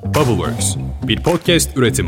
Bubbleworks, bir podcast üretimi.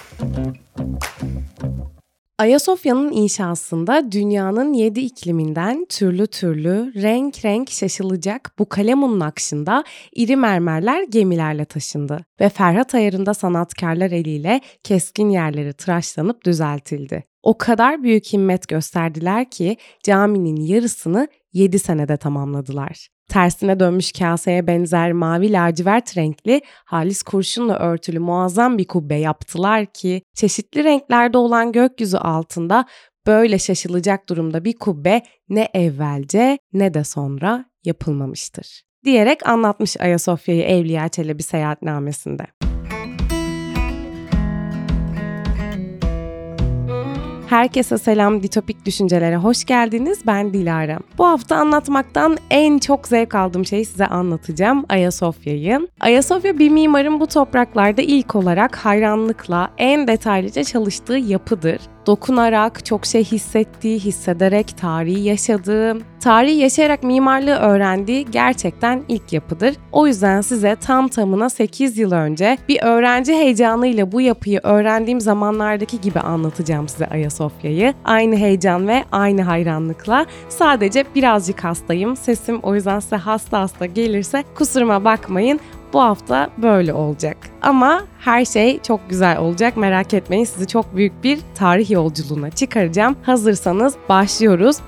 Ayasofya'nın inşasında dünyanın 7 ikliminden türlü türlü, renk renk şaşılacak bu kalemun nakşında iri mermerler gemilerle taşındı ve Ferhat Ayarı'nda sanatkarlar eliyle keskin yerleri tıraşlanıp düzeltildi. O kadar büyük himmet gösterdiler ki caminin yarısını 7 senede tamamladılar. Tersine dönmüş kaseye benzer mavi lacivert renkli, halis kurşunla örtülü muazzam bir kubbe yaptılar ki çeşitli renklerde olan gökyüzü altında böyle şaşılacak durumda bir kubbe ne evvelce ne de sonra yapılmamıştır diyerek anlatmış Ayasofya'yı Evliya Çelebi seyahatnamesinde. Herkese selam, Ditopik Düşüncelere hoş geldiniz. Ben Dilara. Bu hafta anlatmaktan en çok zevk aldığım şeyi size anlatacağım. Ayasofya'yı. Ayasofya bir mimarın bu topraklarda ilk olarak hayranlıkla en detaylıca çalıştığı yapıdır. Dokunarak, çok şey hissettiği, hissederek tarihi yaşadığı, tarihi yaşayarak mimarlığı öğrendiği gerçekten ilk yapıdır. O yüzden size tam tamına 8 yıl önce bir öğrenci heyecanıyla bu yapıyı öğrendiğim zamanlardaki gibi anlatacağım size Ayasofya'yı. Aynı heyecan ve aynı hayranlıkla. Sadece birazcık hastayım. Sesim o yüzden size hasta gelirse kusuruma bakmayın. Bu hafta böyle olacak. Ama her şey çok güzel olacak. Merak etmeyin, sizi çok büyük bir tarih yolculuğuna çıkaracağım. Hazırsanız başlıyoruz.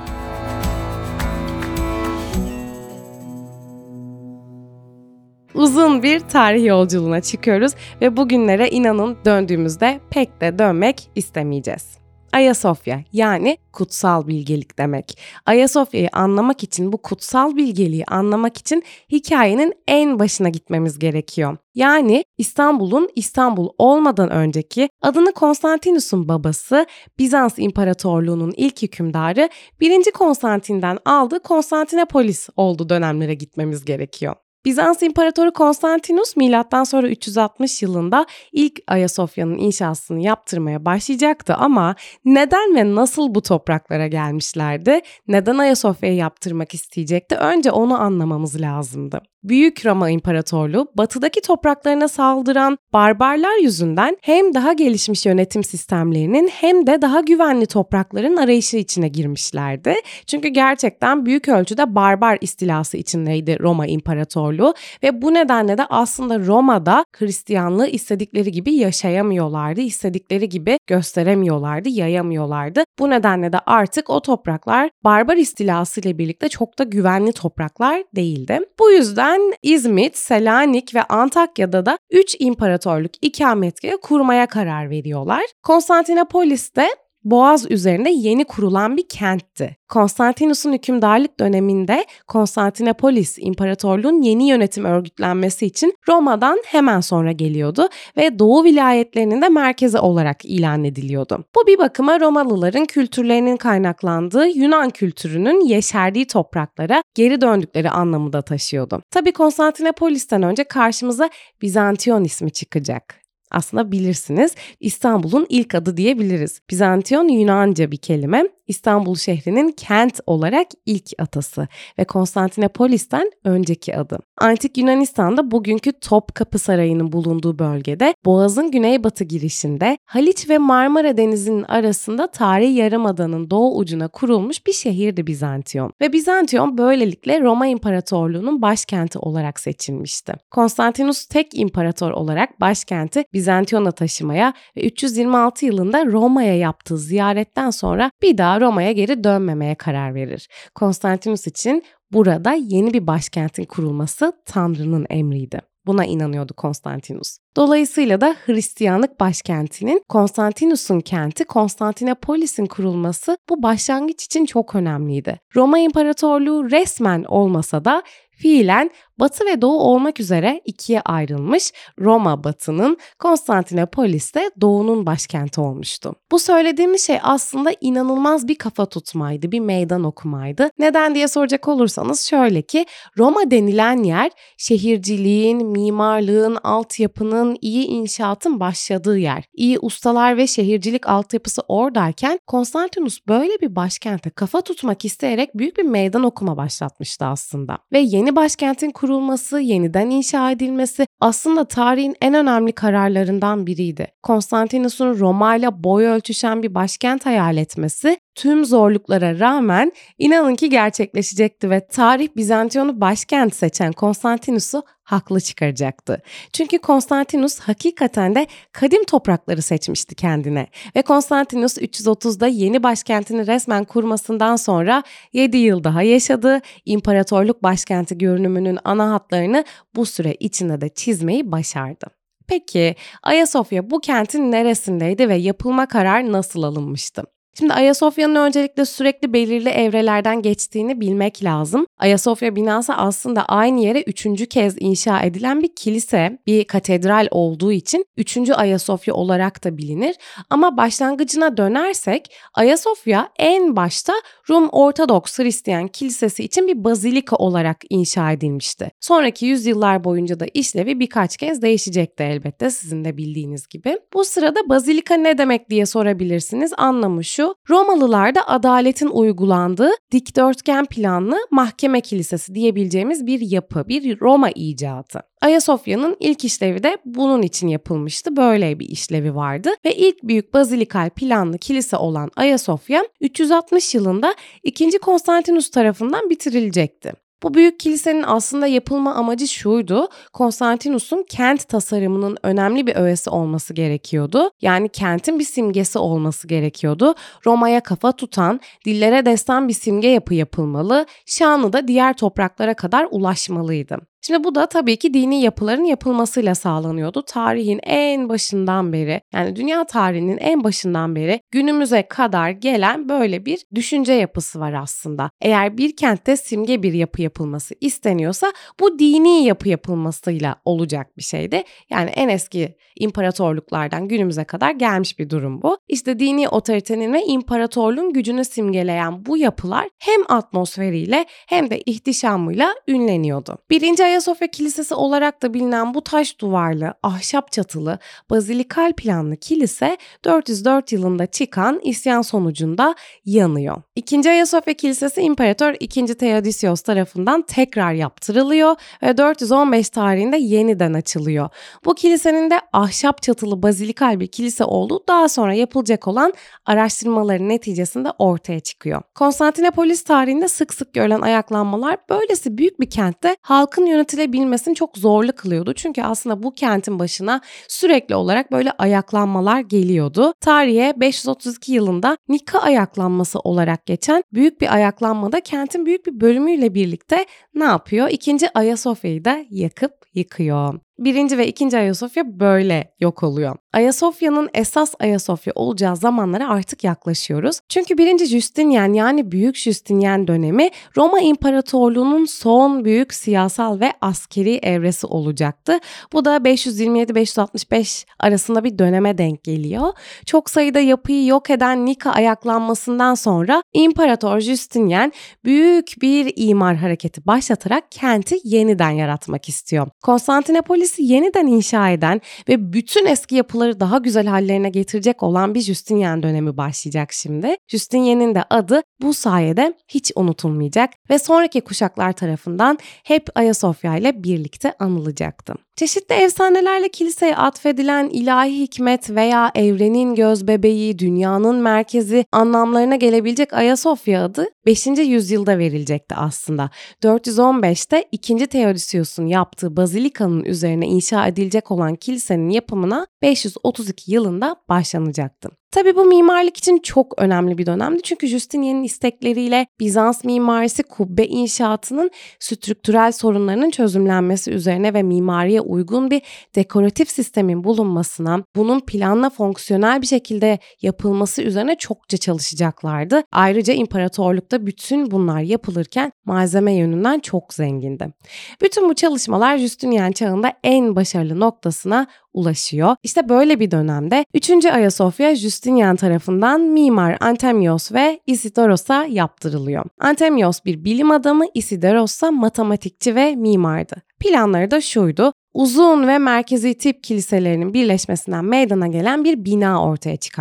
Uzun bir tarih yolculuğuna çıkıyoruz ve bugünlere inanın döndüğümüzde pek de dönmek istemeyeceğiz. Ayasofya yani kutsal bilgelik demek. Ayasofya'yı anlamak için, bu kutsal bilgeliği anlamak için hikayenin en başına gitmemiz gerekiyor. Yani İstanbul'un İstanbul olmadan önceki, adını Konstantinus'un babası, Bizans İmparatorluğu'nun ilk hükümdarı 1. Konstantin'den aldığı Konstantinopolis olduğu dönemlere gitmemiz gerekiyor. Bizans İmparatoru Konstantinus M.Ö. 360 yılında ilk Ayasofya'nın inşasını yaptırmaya başlayacaktı ama neden ve nasıl bu topraklara gelmişlerdi? Neden Ayasofya'yı yaptırmak isteyecekti? Önce onu anlamamız lazımdı. Büyük Roma İmparatorluğu batıdaki topraklarına saldıran barbarlar yüzünden hem daha gelişmiş yönetim sistemlerinin hem de daha güvenli toprakların arayışı içine girmişlerdi. Çünkü gerçekten büyük ölçüde barbar istilası içindeydi Roma İmparatorluğu ve bu nedenle de aslında Roma'da Hristiyanlığı istedikleri gibi yaşayamıyorlardı, istedikleri gibi gösteremiyorlardı, yayamıyorlardı. Bu nedenle de artık o topraklar barbar istilası ile birlikte çok da güvenli topraklar değildi. Bu yüzden İzmit, Selanik ve Antakya'da da 3 imparatorluk ikametgahı kurmaya karar veriyorlar. Konstantinopolis de Boğaz üzerinde yeni kurulan bir kentti. Konstantinus'un hükümdarlık döneminde Konstantinopolis İmparatorluğun yeni yönetim örgütlenmesi için Roma'dan hemen sonra geliyordu ve Doğu vilayetlerinin de merkezi olarak ilan ediliyordu. Bu bir bakıma Romalıların kültürlerinin kaynaklandığı Yunan kültürünün yeşerdiği topraklara geri döndükleri anlamı da taşıyordu. Tabii Konstantinopolis'ten önce karşımıza Bizantiyon ismi çıkacak. Aslında bilirsiniz, İstanbul'un ilk adı diyebiliriz. Bizantiyon Yunanca bir kelime. İstanbul şehrinin kent olarak ilk atası ve Konstantinopolis'ten önceki adı. Antik Yunanistan'da bugünkü Topkapı Sarayı'nın bulunduğu bölgede Boğaz'ın güneybatı girişinde Haliç ve Marmara Denizi'nin arasında tarihi yarımadanın doğu ucuna kurulmuş bir şehirdi Bizantiyon. Ve Bizantiyon böylelikle Roma İmparatorluğu'nun başkenti olarak seçilmişti. Konstantinus tek imparator olarak başkenti Bizantiyon'a taşımaya ve 326 yılında Roma'ya yaptığı ziyaretten sonra bir daha Roma'ya geri dönmemeye karar verir. Konstantinus için burada yeni bir başkentin kurulması Tanrı'nın emriydi. Buna inanıyordu Konstantinus. Dolayısıyla da Hristiyanlık başkentinin Konstantinus'un kenti Konstantinopolis'in kurulması bu başlangıç için çok önemliydi. Roma İmparatorluğu resmen olmasa da fiilen Batı ve Doğu olmak üzere ikiye ayrılmış, Roma Batı'nın, Konstantinopolis de Doğu'nun başkenti olmuştu. Bu söylediğimiz şey aslında inanılmaz bir kafa tutmaydı, bir meydan okumaydı. Neden diye soracak olursanız şöyle ki, Roma denilen yer şehirciliğin, mimarlığın, altyapının, iyi inşaatın başladığı yer. İyi ustalar ve şehircilik altyapısı oradayken Konstantinus böyle bir başkente kafa tutmak isteyerek büyük bir meydan okuma başlatmıştı aslında. Ve yeni başkentin kurulması, yeniden inşa edilmesi aslında tarihin en önemli kararlarından biriydi. Konstantinus'un Roma ile boy ölçüşen bir başkent hayal etmesi tüm zorluklara rağmen inanın ki gerçekleşecekti ve tarih Bizantiyon'u başkent seçen Konstantinus'u haklı çıkaracaktı. Çünkü Konstantinus hakikaten de kadim toprakları seçmişti kendine ve Konstantinus 330'da yeni başkentini resmen kurmasından sonra 7 yıl daha yaşadı. İmparatorluk başkenti görünümünün ana hatlarını bu süre içinde de çizmeyi başardı. Peki Ayasofya bu kentin neresindeydi ve yapılma kararı nasıl alınmıştı? Şimdi Ayasofya'nın öncelikle sürekli belirli evrelerden geçtiğini bilmek lazım. Ayasofya binası aslında aynı yere 3. kez inşa edilen bir kilise, bir katedral olduğu için 3. Ayasofya olarak da bilinir. Ama başlangıcına dönersek Ayasofya en başta Rum Ortodoks Hristiyan Kilisesi için bir bazilika olarak inşa edilmişti. Sonraki yüzyıllar boyunca da işlevi birkaç kez değişecekti elbette sizin de bildiğiniz gibi. Bu sırada bazilika ne demek diye sorabilirsiniz. Anlamı şu: Romalılarda adaletin uygulandığı dikdörtgen planlı mahkeme kilisesi diyebileceğimiz bir yapı, bir Roma icadı. Ayasofya'nın ilk işlevi de bunun için yapılmıştı. Böyle bir işlevi vardı ve ilk büyük bazilikal planlı kilise olan Ayasofya 360 yılında 2. Konstantinus tarafından bitirilecekti. Bu büyük kilisenin aslında yapılma amacı şuydu: Konstantinus'un kent tasarımının önemli bir öğesi olması gerekiyordu. Yani kentin bir simgesi olması gerekiyordu. Roma'ya kafa tutan, dillere destan bir simge yapı yapılmalı, şanı da diğer topraklara kadar ulaşmalıydı. Şimdi bu da tabii ki dini yapıların yapılmasıyla sağlanıyordu. Tarihin en başından beri, yani dünya tarihinin en başından beri günümüze kadar gelen böyle bir düşünce yapısı var aslında. Eğer bir kentte simge bir yapı yapılması isteniyorsa bu dini yapı yapılmasıyla olacak bir şeydi. Yani en eski imparatorluklardan günümüze kadar gelmiş bir durum bu. İşte dini otoritenin ve imparatorluğun gücünü simgeleyen bu yapılar hem atmosferiyle hem de ihtişamıyla ünleniyordu. Birinci Ayasofya Kilisesi olarak da bilinen bu taş duvarlı, ahşap çatılı, bazilikal planlı kilise 404 yılında çıkan isyan sonucunda yanıyor. İkinci Ayasofya Kilisesi İmparator II. Theodosios tarafından tekrar yaptırılıyor ve 415 tarihinde yeniden açılıyor. Bu kilisenin de ahşap çatılı bazilikal bir kilise olduğu daha sonra yapılacak olan araştırmaların neticesinde ortaya çıkıyor. Konstantinopolis tarihinde sık sık görülen ayaklanmalar böylesi büyük bir kentte halkın yönetilebilmesini çok zorlu kılıyordu. Çünkü aslında bu kentin başına sürekli olarak böyle ayaklanmalar geliyordu. Tarihe 532 yılında Nika ayaklanması olarak geçen büyük bir ayaklanmada kentin büyük bir bölümüyle birlikte ne yapıyor? İkinci Ayasofya'yı da yakıp yıkıyor. Birinci ve ikinci Ayasofya böyle yok oluyor. Ayasofya'nın esas Ayasofya olacağı zamanlara artık yaklaşıyoruz. Çünkü 1. Justinian yani Büyük Justinian dönemi Roma İmparatorluğu'nun son büyük siyasal ve askeri evresi olacaktı. Bu da 527-565 arasında bir döneme denk geliyor. Çok sayıda yapıyı yok eden Nika ayaklanmasından sonra İmparator Justinian büyük bir imar hareketi başlatarak kenti yeniden yaratmak istiyor. Konstantinopolis'i yeniden inşa eden ve bütün eski yapıları daha güzel hallerine getirecek olan bir Justinian dönemi başlayacak şimdi. Justinian'in de adı bu sayede hiç unutulmayacak ve sonraki kuşaklar tarafından hep Ayasofya ile birlikte anılacaktı. Çeşitli efsanelerle kiliseye atfedilen ilahi hikmet veya evrenin gözbebeği, dünyanın merkezi anlamlarına gelebilecek Ayasofya adı 5. yüzyılda verilecekti aslında. 415'te 2. Theodosios'un yaptığı bazilikanın üzerine inşa edilecek olan kilisenin yapımına 532 yılında başlanacaktı. Tabii bu mimarlık için çok önemli bir dönemdi çünkü Justinian'ın istekleriyle Bizans mimarisi kubbe inşaatının strüktürel sorunlarının çözümlenmesi üzerine ve mimariye uygun bir dekoratif sistemin bulunmasına, bunun planla fonksiyonel bir şekilde yapılması üzerine çokça çalışacaklardı. Ayrıca imparatorlukta bütün bunlar yapılırken malzeme yönünden çok zengindi. Bütün bu çalışmalar Justinian çağında en başarılı noktasına ulaşıyor. İşte böyle bir dönemde 3. Ayasofya Justinian tarafından mimar Antemios ve Isidoros'a yaptırılıyor. Antemios bir bilim adamı, Isidoros ise matematikçi ve mimardı. Planları da şuydu: uzun ve merkezi tip kiliselerinin birleşmesinden meydana gelen bir bina ortaya çıkarmak.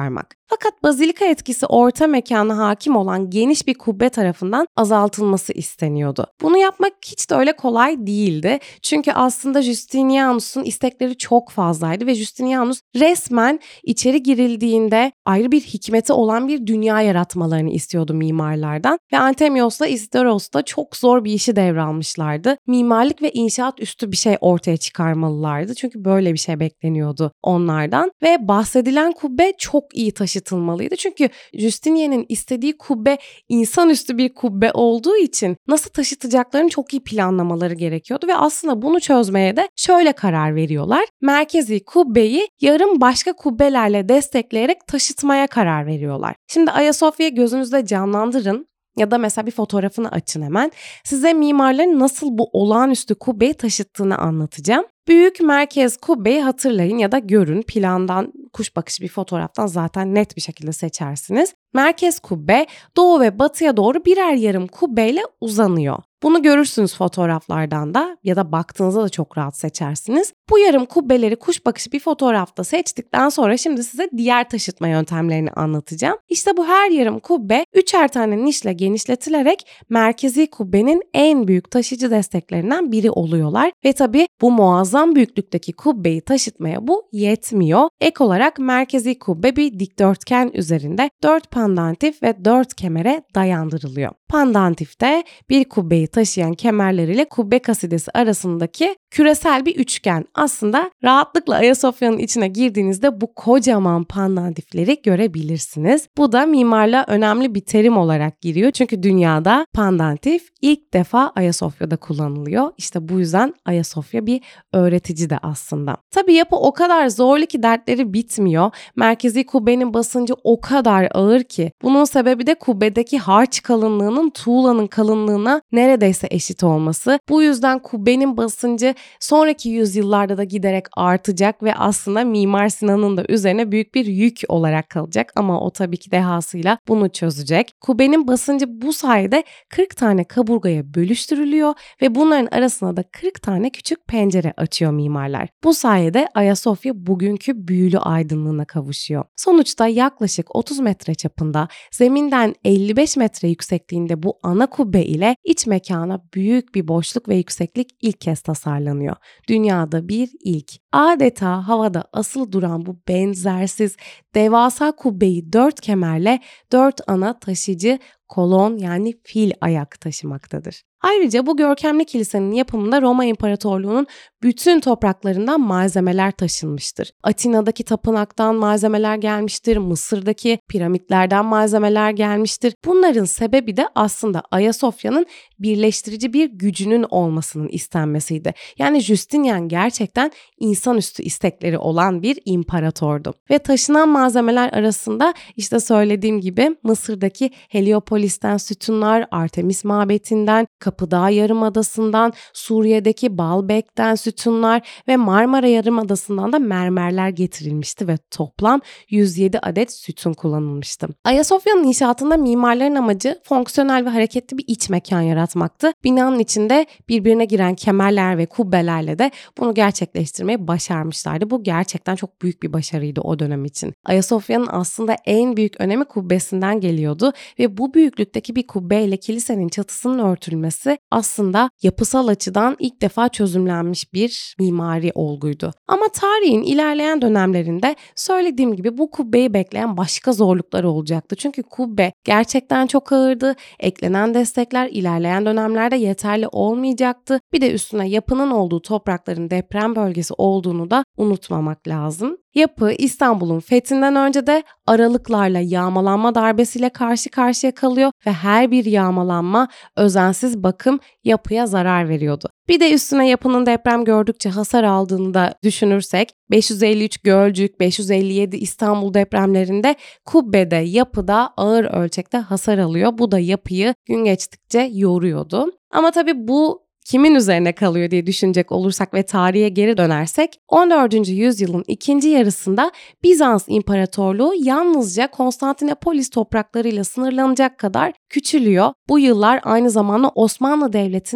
Fakat bazilika etkisi orta mekana hakim olan geniş bir kubbe tarafından azaltılması isteniyordu. Bunu yapmak hiç de öyle kolay değildi. Çünkü aslında Justinianus'un istekleri çok fazlaydı ve Justinianus resmen içeri girildiğinde ayrı bir hikmeti olan bir dünya yaratmalarını istiyordu mimarlardan ve Antemios'la Isidoros da çok zor bir işi devralmışlardı. Mimarlık ve inşaat üstü bir şey ortaya çıkarmalılardı. Çünkü böyle bir şey bekleniyordu onlardan ve bahsedilen kubbe çok iyi taşıtılmalıydı. Çünkü Justinian'ın istediği kubbe insanüstü bir kubbe olduğu için nasıl taşıtacaklarını çok iyi planlamaları gerekiyordu ve aslında bunu çözmeye de şöyle karar veriyorlar. Merkezi kubbeyi yarım başka kubbelerle destekleyerek taşıtmaya karar veriyorlar. Şimdi Ayasofya'yı gözünüzde canlandırın. Ya da mesela bir fotoğrafını açın hemen. Size mimarların nasıl bu olağanüstü kubbeyi taşıttığını anlatacağım. Büyük merkez kubbeyi hatırlayın ya da görün. Plandan, kuş bakışı bir fotoğraftan zaten net bir şekilde seçersiniz. Merkez kubbe doğu ve batıya doğru birer yarım kubbeyle uzanıyor. Bunu görürsünüz fotoğraflardan da ya da baktığınızda da çok rahat seçersiniz. Bu yarım kubbeleri kuş bakışı bir fotoğrafta seçtikten sonra şimdi size diğer taşıtma yöntemlerini anlatacağım. İşte bu her yarım kubbe 3'er tane nişle genişletilerek merkezi kubbenin en büyük taşıyıcı desteklerinden biri oluyorlar. Ve tabii bu muazzam büyüklükteki kubbeyi taşıtmaya bu yetmiyor. Ek olarak merkezi kubbe bir dikdörtgen üzerinde 4 pandantif ve 4 kemere dayandırılıyor. Pandantifte bir kubbeyi taşıyan kemerleriyle kubbe kasidesi arasındaki küresel bir üçgen. Aslında rahatlıkla Ayasofya'nın içine girdiğinizde bu kocaman pandantifleri görebilirsiniz. Bu da mimarlığa önemli bir terim olarak giriyor. Çünkü dünyada pandantif ilk defa Ayasofya'da kullanılıyor. İşte bu yüzden Ayasofya bir öğretici de aslında. Tabii yapı o kadar zorlu ki dertleri bitmiyor. Merkezi kubbenin basıncı o kadar ağır ki bunun sebebi de kubbedeki harç kalınlığının tuğlanın kalınlığına neredeyse eşit olması. Bu yüzden kubbenin basıncı sonraki yüzyıllarda da giderek artacak ve aslında Mimar Sinan'ın da üzerine büyük bir yük olarak kalacak ama o tabii ki dehasıyla bunu çözecek. Kubbenin basıncı bu sayede 40 tane kaburgaya bölüştürülüyor ve bunların arasına da 40 tane küçük pencere açıyor mimarlar. Bu sayede Ayasofya bugünkü büyülü aydınlığına kavuşuyor. Sonuçta yaklaşık 30 metre çapında, zeminden 55 metre yüksekliğinde bu ana kubbe ile iç mekana büyük bir boşluk ve yükseklik ilk kez tasarlanıyor. Dünyada bir ilk. Adeta havada asılı duran bu benzersiz devasa kubbeyi 4 kemerle 4 ana taşıyıcı kolon yani fil ayak taşımaktadır. Ayrıca bu görkemli kilisenin yapımında Roma İmparatorluğu'nun bütün topraklarından malzemeler taşınmıştır. Atina'daki tapınaktan malzemeler gelmiştir, Mısır'daki piramitlerden malzemeler gelmiştir. Bunların sebebi de aslında Ayasofya'nın birleştirici bir gücünün olmasının istenmesiydi. Yani Justinian gerçekten insanüstü istekleri olan bir imparatordu. Ve taşınan malzemeler arasında işte söylediğim gibi Mısır'daki Heliopolis'ten sütunlar, Artemis mabetinden, Kapıdağ Yarımadası'ndan, Suriye'deki Baalbek'ten sütunlar ve Marmara Yarımadası'ndan da mermerler getirilmişti ve toplam 107 adet sütun kullanılmıştı. Ayasofya'nın inşaatında mimarların amacı fonksiyonel ve hareketli bir iç mekan yaratmaktı. Binanın içinde birbirine giren kemerler ve kubbelerle de bunu gerçekleştirmeyi başarmışlardı. Bu gerçekten çok büyük bir başarıydı o dönem için. Ayasofya'nın aslında en büyük önemi kubbesinden geliyordu ve bu büyüklükteki bir kubbeyle kilisenin çatısının örtülmesi aslında yapısal açıdan ilk defa çözümlenmiş bir mimari olguydu. Ama tarihin ilerleyen dönemlerinde söylediğim gibi bu kubbeyi bekleyen başka zorluklar olacaktı. Çünkü kubbe gerçekten çok ağırdı. Eklenen destekler ilerleyen dönemlerde yeterli olmayacaktı. Bir de üstüne yapının olduğu toprakların deprem bölgesi olduğunu da unutmamak lazım. Yapı İstanbul'un fethinden önce de aralıklarla yağmalanma darbesiyle karşı karşıya kalıyor ve her bir yağmalanma özensiz bakım yapıya zarar veriyordu. Bir de üstüne yapının deprem gördükçe hasar aldığını da düşünürsek 553 Gölcük, 557 İstanbul depremlerinde kubbede yapıda ağır ölçekte hasar alıyor. Bu da yapıyı gün geçtikçe yoruyordu. Ama tabii bu kimin üzerine kalıyor diye düşünecek olursak ve tarihe geri dönersek 14. yüzyılın ikinci yarısında Bizans İmparatorluğu yalnızca Konstantinopolis topraklarıyla sınırlanacak kadar küçülüyor. Bu yıllar aynı zamanda Osmanlı Devleti'nin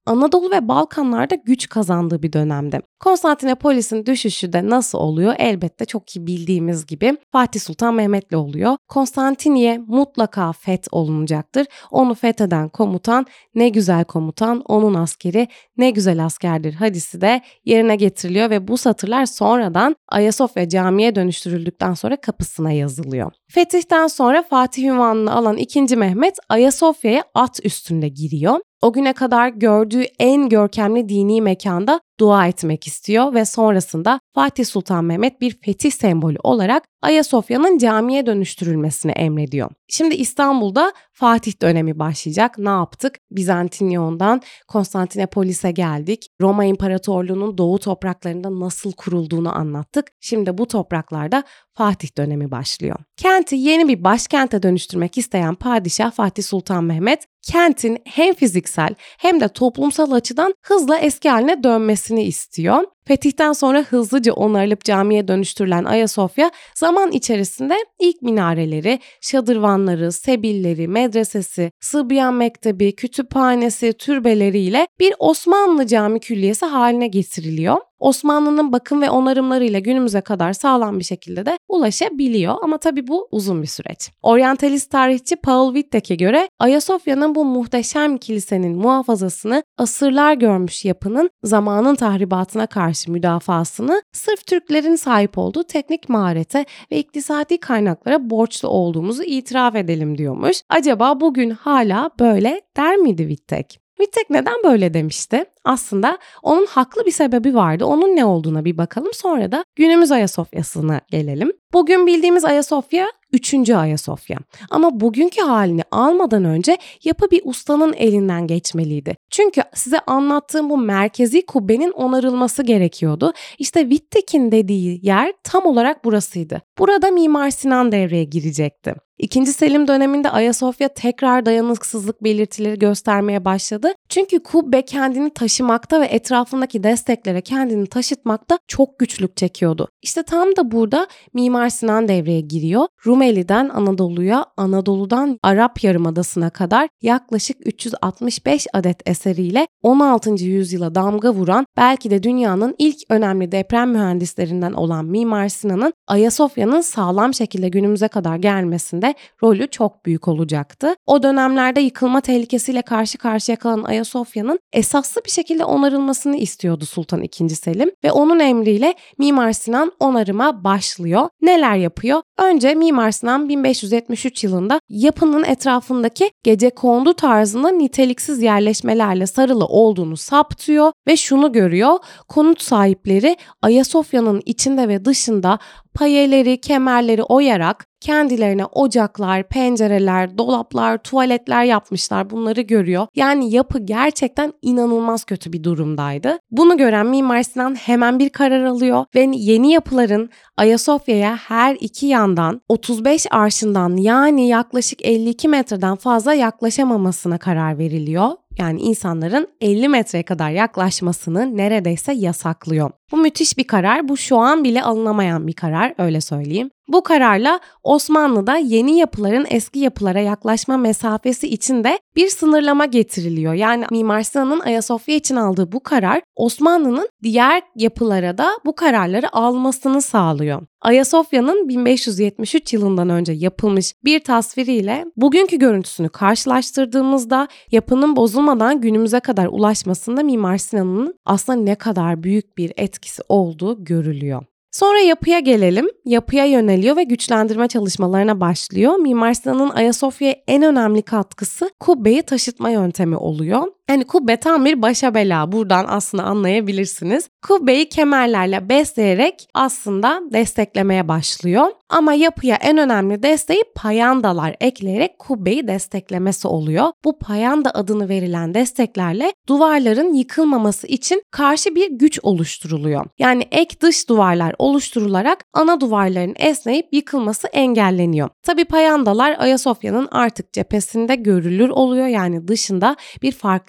Anadolu ve Balkanlarda güç kazandığı bir dönemde. Konstantinopolis'in düşüşü de nasıl oluyor? Elbette çok iyi bildiğimiz gibi Fatih Sultan Mehmet'le oluyor. Konstantiniye mutlaka olunacaktır. Onu fetheden komutan ne güzel komutan, onun askeri ne güzel askerdir hadisi de yerine getiriliyor ve bu satırlar sonradan Ayasofya Camii'ye dönüştürüldükten sonra kapısına yazılıyor. Fetihten sonra Fatih unvanını alan 2. Mehmet Ayasofya'ya at üstünde giriyor. O güne kadar gördüğü en görkemli dini mekanda dua etmek istiyor ve sonrasında Fatih Sultan Mehmet bir fetih sembolü olarak Ayasofya'nın camiye dönüştürülmesini emrediyor. Şimdi İstanbul'da Fatih dönemi başlayacak. Ne yaptık? Bizantinyon'dan Konstantinopolis'e geldik. Roma İmparatorluğu'nun doğu topraklarında nasıl kurulduğunu anlattık. Şimdi bu topraklarda Fatih dönemi başlıyor. Kenti yeni bir başkente dönüştürmek isteyen padişah Fatih Sultan Mehmet, kentin hem fiziksel hem de toplumsal açıdan hızla eski haline dönmesini istiyor. Fetihten sonra hızlıca onarılıp camiye dönüştürülen Ayasofya zaman içerisinde ilk minareleri, şadırvanları, sebilleri, medresesi, Sıbyan Mektebi, kütüphanesi, türbeleriyle bir Osmanlı cami külliyesi haline getiriliyor. Osmanlı'nın bakım ve onarımlarıyla günümüze kadar sağlam bir şekilde de ulaşabiliyor ama tabii bu uzun bir süreç. Oryantalist tarihçi Paul Wittek'e göre Ayasofya'nın bu muhteşem kilisenin muhafazasını asırlar görmüş yapının zamanın tahribatına karşı müdafasını sırf Türklerin sahip olduğu teknik maharete ve iktisadi kaynaklara borçlu olduğumuzu itiraf edelim diyormuş. Acaba bugün hala böyle der miydi Wittek? Wittek neden böyle demişti? Aslında onun haklı bir sebebi vardı. Onun ne olduğuna bir bakalım. Sonra da günümüz Ayasofya'sına gelelim. Bugün bildiğimiz Ayasofya 3. Ayasofya. Ama bugünkü halini almadan önce yapı bir ustanın elinden geçmeliydi. Çünkü size anlattığım bu merkezi kubbenin onarılması gerekiyordu. İşte Wittek'in dediği yer tam olarak burasıydı. Burada Mimar Sinan devreye girecekti. 2. Selim döneminde Ayasofya tekrar dayanıksızlık belirtileri göstermeye başladı. Çünkü kubbe kendini taşımakta ve etrafındaki desteklere kendini taşıtmakta çok güçlük çekiyordu. İşte tam da burada Mimar Sinan devreye giriyor. Rumeli'den Anadolu'ya, Anadolu'dan Arap Yarımadası'na kadar yaklaşık 365 adet eseriyle 16. yüzyıla damga vuran, belki de dünyanın ilk önemli deprem mühendislerinden olan Mimar Sinan'ın Ayasofya'nın sağlam şekilde günümüze kadar gelmesinde rolü çok büyük olacaktı. O dönemlerde yıkılma tehlikesiyle karşı karşıya kalan Ayasofya'nın esaslı bir şekilde onarılmasını istiyordu Sultan II. Selim ve onun emriyle Mimar Sinan onarıma başlıyor. Neler yapıyor? Önce Mimar Sinan 1573 yılında yapının etrafındaki gecekondu tarzında niteliksiz yerleşmelerle sarılı olduğunu saptıyor ve şunu görüyor: konut sahipleri Ayasofya'nın içinde ve dışında payeleri, kemerleri oyarak kendilerine ocaklar, pencereler, dolaplar, tuvaletler yapmışlar. Bunları görüyor. Yani yapı gerçekten inanılmaz kötü bir durumdaydı. Bunu gören Mimar Sinan hemen bir karar alıyor ve yeni yapıların Ayasofya'ya her iki yandan 35 arşından, yani yaklaşık 52 metreden fazla yaklaşamamasına karar veriliyor. Yani insanların 50 metreye kadar yaklaşmasını neredeyse yasaklıyor. Bu müthiş bir karar. Bu şu an bile alınamayan bir karar, öyle söyleyeyim. Bu kararla Osmanlı'da yeni yapıların eski yapılara yaklaşma mesafesi içinde bir sınırlama getiriliyor. Yani Mimar Sinan'ın Ayasofya için aldığı bu karar Osmanlı'nın diğer yapılara da bu kararları almasını sağlıyor. Ayasofya'nın 1573 yılından önce yapılmış bir tasviriyle bugünkü görüntüsünü karşılaştırdığımızda yapının bozulmadan günümüze kadar ulaşmasında Mimar Sinan'ın aslında ne kadar büyük bir etkisi olduğu görülüyor. Sonra yapıya gelelim. Yapıya yöneliyor ve güçlendirme çalışmalarına başlıyor. Mimar Sinan'ın Ayasofya'ya en önemli katkısı kubbeyi taşıtma yöntemi oluyor. Yani kubbe tam bir başa bela. Buradan aslında anlayabilirsiniz. Kubbeyi kemerlerle besleyerek aslında desteklemeye başlıyor. Ama yapıya en önemli desteği payandalar ekleyerek kubbeyi desteklemesi oluyor. Bu payanda adını verilen desteklerle duvarların yıkılmaması için karşı bir güç oluşturuluyor. Yani ek dış duvarlar oluşturularak ana duvarların esneyip yıkılması engelleniyor. Tabii payandalar Ayasofya'nın artık cephesinde görülür oluyor. Yani dışında bir farklılık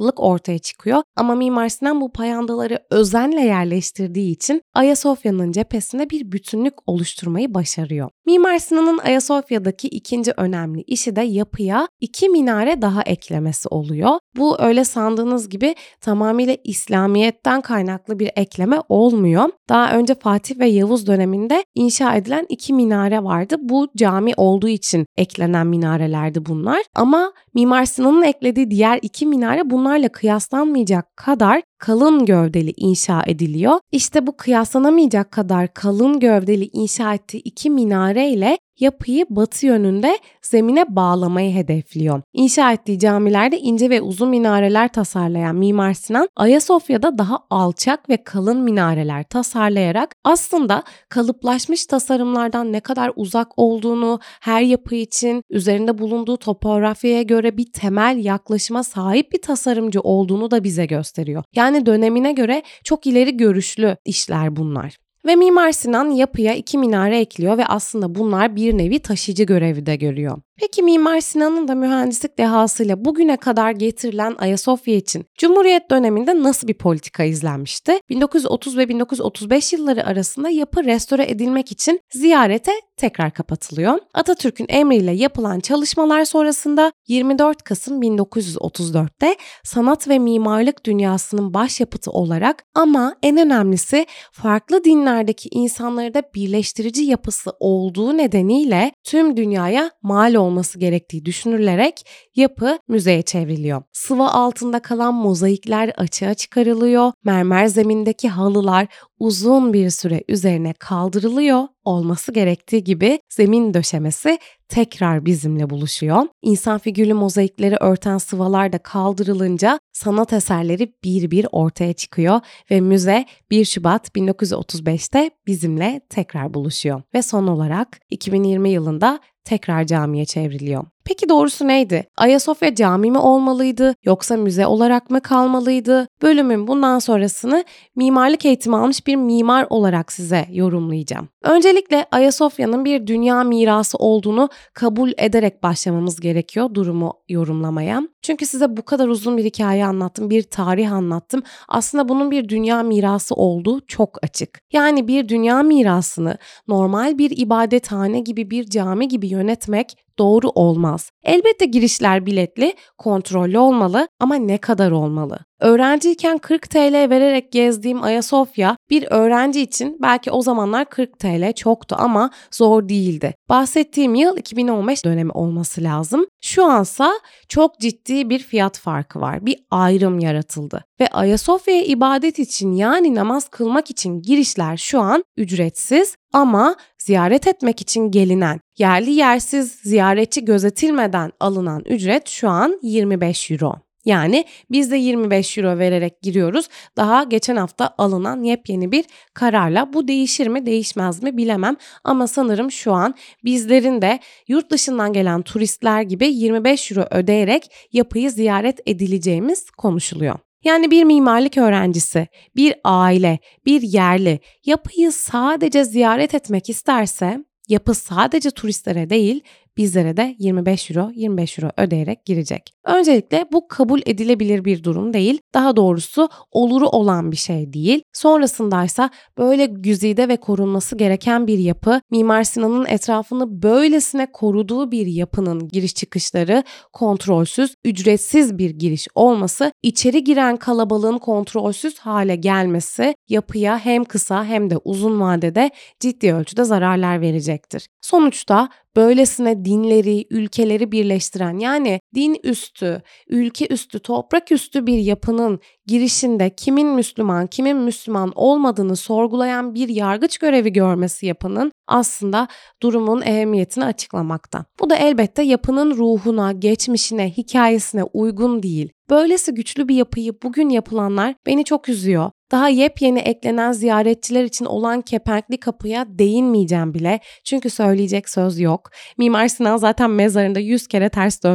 payandalık ortaya çıkıyor. Ama Mimar Sinan bu payandaları özenle yerleştirdiği için Ayasofya'nın cephesinde bir bütünlük oluşturmayı başarıyor. Mimar Sinan'ın Ayasofya'daki ikinci önemli işi de yapıya 2 minare daha eklemesi oluyor. Bu öyle sandığınız gibi tamamıyla İslamiyet'ten kaynaklı bir ekleme olmuyor. Daha önce Fatih ve Yavuz döneminde inşa edilen 2 minare vardı. Bu cami olduğu için eklenen minarelerdi bunlar. Ama Mimar Sinan'ın eklediği diğer 2 minare bunlarla kıyaslanmayacak kadar kalın gövdeli inşa ediliyor. İşte bu kıyaslanamayacak kadar kalın gövdeli inşa ettiği 2 minare ile yapıyı batı yönünde zemine bağlamayı hedefliyor. İnşa ettiği camilerde ince ve uzun minareler tasarlayan Mimar Sinan, Ayasofya'da daha alçak ve kalın minareler tasarlayarak aslında kalıplaşmış tasarımlardan ne kadar uzak olduğunu, her yapı için üzerinde bulunduğu topografyaya göre bir temel yaklaşıma sahip bir tasarımcı olduğunu da bize gösteriyor. Yani dönemine göre çok ileri görüşlü işler bunlar. Ve Mimar Sinan yapıya 2 minare ekliyor ve aslında bunlar bir nevi taşıyıcı görevi de görüyor. Peki Mimar Sinan'ın da mühendislik dehasıyla bugüne kadar getirilen Ayasofya için Cumhuriyet döneminde nasıl bir politika izlenmişti? 1930 ve 1935 yılları arasında yapı restore edilmek için ziyarete tekrar kapatılıyor. Atatürk'ün emriyle yapılan çalışmalar sonrasında 24 Kasım 1934'te sanat ve mimarlık dünyasının başyapıtı olarak ama en önemlisi farklı dinlerdeki insanları da birleştirici yapısı olduğu nedeniyle tüm dünyaya mal olması gerektiği düşünülerek yapı müzeye çevriliyor. Sıva altında kalan mozaikler açığa çıkarılıyor, mermer zemindeki halılar uzun bir süre üzerine kaldırılıyor, olması gerektiği gibi zemin döşemesi tekrar bizimle buluşuyor. İnsan figürlü mozaikleri örten sıvalar da kaldırılınca sanat eserleri bir bir ortaya çıkıyor ve müze 1 Şubat 1935'te bizimle tekrar buluşuyor. Ve son olarak 2020 yılında tekrar camiye çevriliyor. Peki doğrusu neydi? Ayasofya cami mi olmalıydı yoksa müze olarak mı kalmalıydı? Bölümün bundan sonrasını mimarlık eğitimi almış bir mimar olarak size yorumlayacağım. Öncelikle Ayasofya'nın bir dünya mirası olduğunu kabul ederek başlamamız gerekiyor durumu yorumlamaya. Çünkü size bu kadar uzun bir hikaye anlattım, bir tarih anlattım. Aslında bunun bir dünya mirası olduğu çok açık. Yani bir dünya mirasını normal bir ibadethane gibi, bir cami gibi yönetmek doğru olmaz. Elbette girişler biletli, kontrollü olmalı ama ne kadar olmalı? Öğrenciyken 40 TL vererek gezdiğim Ayasofya bir öğrenci için belki o zamanlar 40 TL çoktu ama zor değildi. Bahsettiğim yıl 2015 dönemi olması lazım. Şu ansa çok ciddi bir fiyat farkı var. Bir ayrım yaratıldı. Ve Ayasofya'ya ibadet için yani namaz kılmak için girişler şu an ücretsiz ama ziyaret etmek için gelinen, yerli yersiz ziyaretçi gözetilmeden alınan ücret şu an 25 euro. Yani biz de 25 euro vererek giriyoruz. Daha geçen hafta alınan yepyeni bir kararla. Bu değişir mi değişmez mi bilemem. Ama sanırım şu an bizlerin de yurt dışından gelen turistler gibi 25 euro ödeyerek yapıyı ziyaret edileceğimiz konuşuluyor. Yani bir mimarlık öğrencisi, bir aile, bir yerli yapıyı sadece ziyaret etmek isterse yapı sadece turistlere değil bizlere de 25 euro ödeyerek girecek. Öncelikle bu kabul edilebilir bir durum değil. Daha doğrusu oluru olan bir şey değil. Sonrasındaysa böyle güzide ve korunması gereken bir yapı, Mimar Sinan'ın etrafını böylesine koruduğu bir yapının giriş çıkışları kontrolsüz, ücretsiz bir giriş olması, içeri giren kalabalığın kontrolsüz hale gelmesi yapıya hem kısa hem de uzun vadede ciddi ölçüde zararlar verecektir. Sonuçta böylesine dinleri, ülkeleri birleştiren yani din üstü, ülke üstü, toprak üstü bir yapının girişinde kimin Müslüman, kimin Müslüman olmadığını sorgulayan bir yargıç görevi görmesi yapının aslında durumun ehemmiyetini açıklamakta. Bu da elbette yapının ruhuna, geçmişine, hikayesine uygun değil. Böylesi güçlü bir yapıyı bugün yapılanlar beni çok üzüyor. Daha yepyeni eklenen ziyaretçiler için olan kepenkli kapıya değinmeyeceğim bile. Çünkü söyleyecek söz yok. Mimar Sinan zaten mezarında 100 kere ters dönmüştür.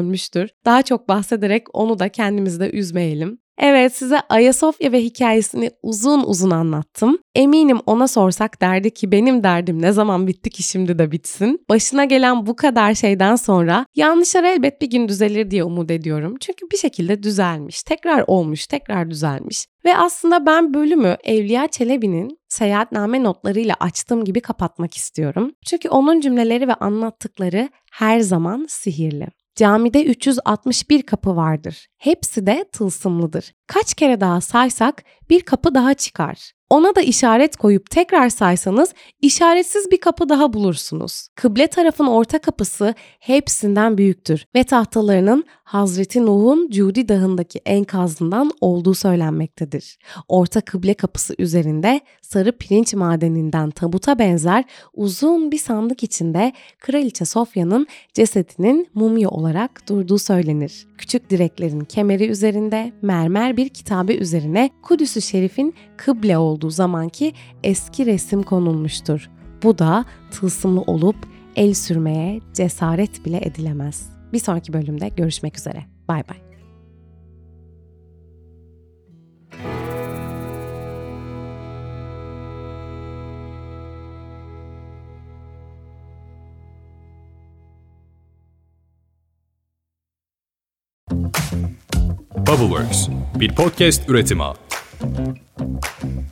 büyüktür. Daha çok bahsederek onu da kendimizde üzmeyelim. Evet, size Ayasofya ve hikayesini uzun uzun anlattım. Eminim ona sorsak derdi ki benim derdim ne zaman bitti ki şimdi de bitsin. Başına gelen bu kadar şeyden sonra yanlışlar elbet bir gün düzelir diye umut ediyorum. Çünkü bir şekilde düzelmiş, tekrar olmuş, tekrar düzelmiş. Ve aslında ben bölümü Evliya Çelebi'nin seyahatname notlarıyla açtığım gibi kapatmak istiyorum. Çünkü onun cümleleri ve anlattıkları her zaman sihirli. Camide 361 kapı vardır. Hepsi de tılsımlıdır. Kaç kere daha saysak bir kapı daha çıkar. Ona da işaret koyup tekrar saysanız işaretsiz bir kapı daha bulursunuz. Kıble tarafın orta kapısı hepsinden büyüktür ve tahtalarının Hazreti Nuh'un Cudi Dağı'ndaki enkazından olduğu söylenmektedir. Orta kıble kapısı üzerinde sarı pirinç madeninden tabuta benzer uzun bir sandık içinde Kraliçe Sofya'nın cesedinin mumya olarak durduğu söylenir. Küçük direklerin kemeri üzerinde mermer bir kitabe üzerine Kudüs-ü Şerif'in kıble olduğu zamanki eski resim konulmuştur. Bu da tılsımlı olup el sürmeye cesaret bile edilemez. Bir sonraki bölümde görüşmek üzere. Bay bay. Bubbleworks bir podcast üretimi.